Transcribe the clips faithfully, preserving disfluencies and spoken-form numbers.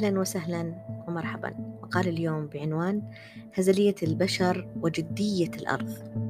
أهلا وسهلا ومرحبا. مقال اليوم بعنوان هزلية البشر وجدية الأرض.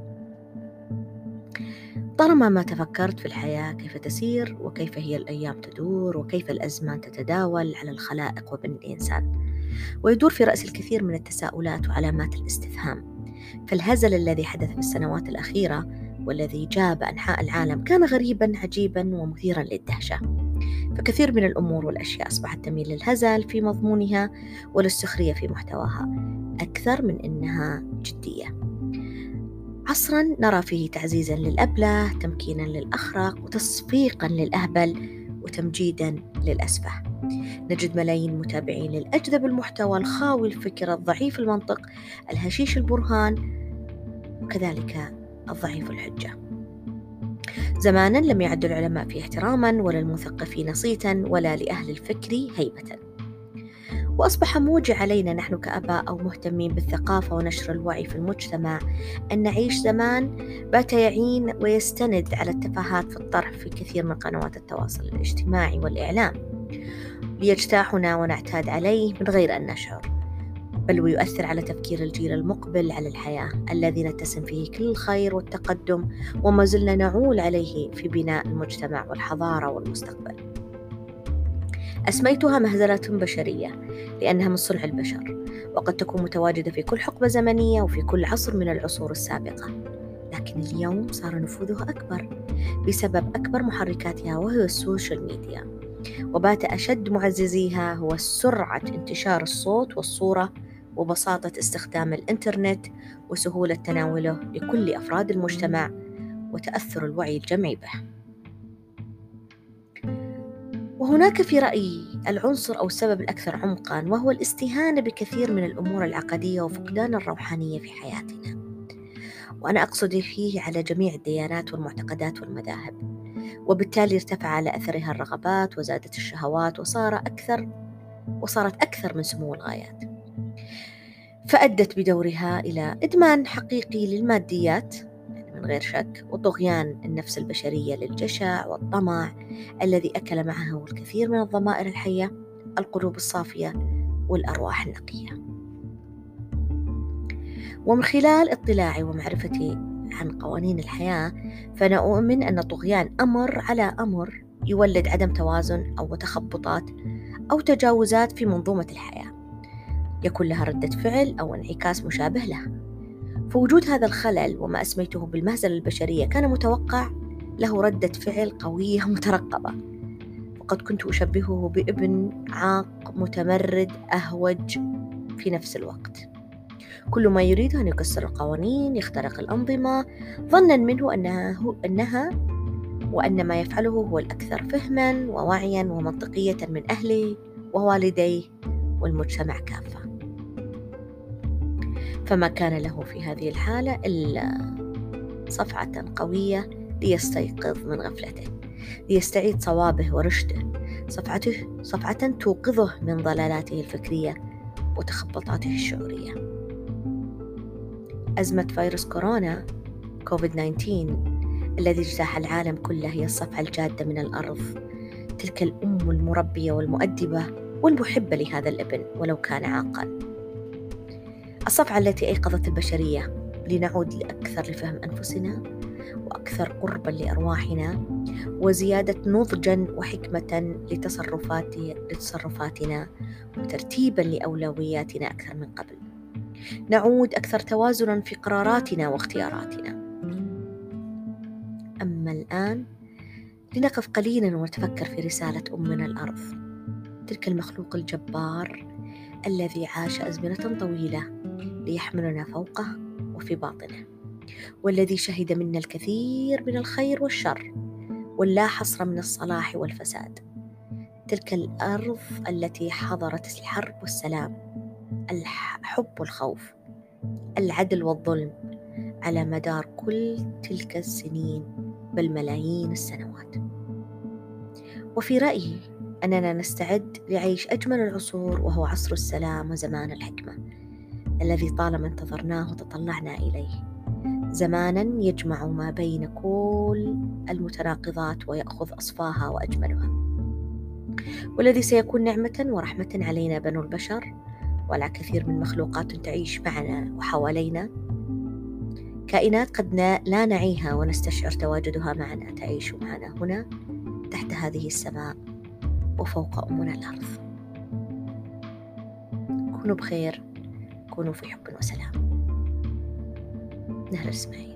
طالما ما تفكرت في الحياة كيف تسير وكيف هي الأيام تدور وكيف الأزمان تتداول على الخلائق وبني الإنسان، ويدور في رأس الكثير من التساؤلات وعلامات الاستفهام. فالهزل الذي حدث في السنوات الأخيرة والذي جاب أنحاء العالم كان غريبا عجيبا ومثيرا للدهشة. فكثير من الأمور والأشياء أصبحت تميل للهزل في مضمونها وللسخرية في محتواها أكثر من أنها جدية. عصرا نرى فيه تعزيزا للأبله، تمكينا للأخرق، وتصفيقا للأهبل، وتمجيدا للأسفه. نجد ملايين متابعين للأجذب المحتوى الخاوي الفكر الضعيف المنطق الهشيش البرهان، وكذلك الضعيف الحجة. زمانا لم يعد العلماء فيه احتراما ولا المثقفين صيتا ولا لأهل الفكر هيبة، وأصبح موجع علينا نحن كأباء أو مهتمين بالثقافة ونشر الوعي في المجتمع أن نعيش زمان بات يعين ويستند على التفاهات في الطرح في كثير من قنوات التواصل الاجتماعي والإعلام ليجتاحنا ونعتاد عليه من غير أن نشعر، بل ويؤثر على تفكير الجيل المقبل على الحياة الذي نتسم فيه كل الخير والتقدم وما زلنا نعول عليه في بناء المجتمع والحضارة والمستقبل. أسميتها مهزلة بشرية لأنها من صنع البشر، وقد تكون متواجدة في كل حقبة زمنية وفي كل عصر من العصور السابقة، لكن اليوم صار نفوذها أكبر بسبب أكبر محركاتها وهو السوشيال ميديا، وبات أشد معززيها هو سرعة انتشار الصوت والصورة وبساطة استخدام الإنترنت وسهولة تناوله لكل أفراد المجتمع وتأثر الوعي الجمعي به. وهناك في رأيي العنصر أو السبب الأكثر عمقاً، وهو الاستهانة بكثير من الأمور العقدية وفقدان الروحانية في حياتنا، وأنا أقصد فيه على جميع الديانات والمعتقدات والمذاهب، وبالتالي ارتفع على أثرها الرغبات وزادت الشهوات وصار أكثر وصارت أكثر من سمو الغايات، فأدت بدورها إلى إدمان حقيقي للماديات من غير شك، وطغيان النفس البشرية للجشع والطمع الذي أكل معه الكثير من الضمائر الحية، القلوب الصافية والأرواح النقية. ومن خلال اطلاعي ومعرفتي عن قوانين الحياة، فأنا أؤمن أن طغيان أمر على أمر يولد عدم توازن أو تخبطات أو تجاوزات في منظومة الحياة يكون لها ردة فعل أو انعكاس مشابه له. فوجود هذا الخلل وما أسميته بالمهزلة البشرية كان متوقع له ردة فعل قوية مترقبة، وقد كنت أشبهه بابن عاق متمرد أهوج في نفس الوقت، كل ما يريد أن يكسر القوانين، يخترق الأنظمة، ظنا منه أنها, أنها وأن ما يفعله هو الأكثر فهما ووعيا ومنطقية من أهله ووالديه والمجتمع كافة. فما كان له في هذه الحالة إلا صفعة قوية ليستيقظ من غفلته، ليستعيد صوابه ورشده، صفعته صفعة توقظه من ضلالاته الفكرية وتخبطاته الشعورية. أزمة فيروس كورونا كوفيد تسعة عشر الذي اجتاح العالم كله هي الصفعة الجادة من الأرض، تلك الأم المربية والمؤدبة والمحبة لهذا الابن ولو كان عاقا، الصفعة التي أيقظت البشرية لنعود لأكثر لفهم أنفسنا وأكثر قربا لأرواحنا وزيادة نضجا وحكمة لتصرفاتنا وترتيبا لأولوياتنا أكثر من قبل، نعود أكثر توازنا في قراراتنا واختياراتنا. أما الآن لنقف قليلا ونتفكر في رسالة أمنا الأرض، تلك المخلوق الجبار الذي عاش أزمنة طويلة ليحملنا فوقه وفي باطنه، والذي شهد منا الكثير من الخير والشر واللا حصر من الصلاح والفساد، تلك الأرض التي حضرت الحرب والسلام، الحب والخوف، العدل والظلم على مدار كل تلك السنين بل ملايين السنوات. وفي رأيي أننا نستعد لعيش أجمل العصور، وهو عصر السلام وزمان الحكمة الذي طالما انتظرناه وتطلعنا إليه، زمانا يجمع ما بين كل المتناقضات ويأخذ أصفاها وأجملها. والذي سيكون نعمة ورحمة علينا بنو البشر وعلى كثير من مخلوقات تعيش معنا وحوالينا، كائنات قد لا نعيها ونستشعر تواجدها معنا، تعيش معنا هنا تحت هذه السماء وفوق أمنا الأرض. كونوا بخير، كونوا في حب وسلام. نهر إسماعيل.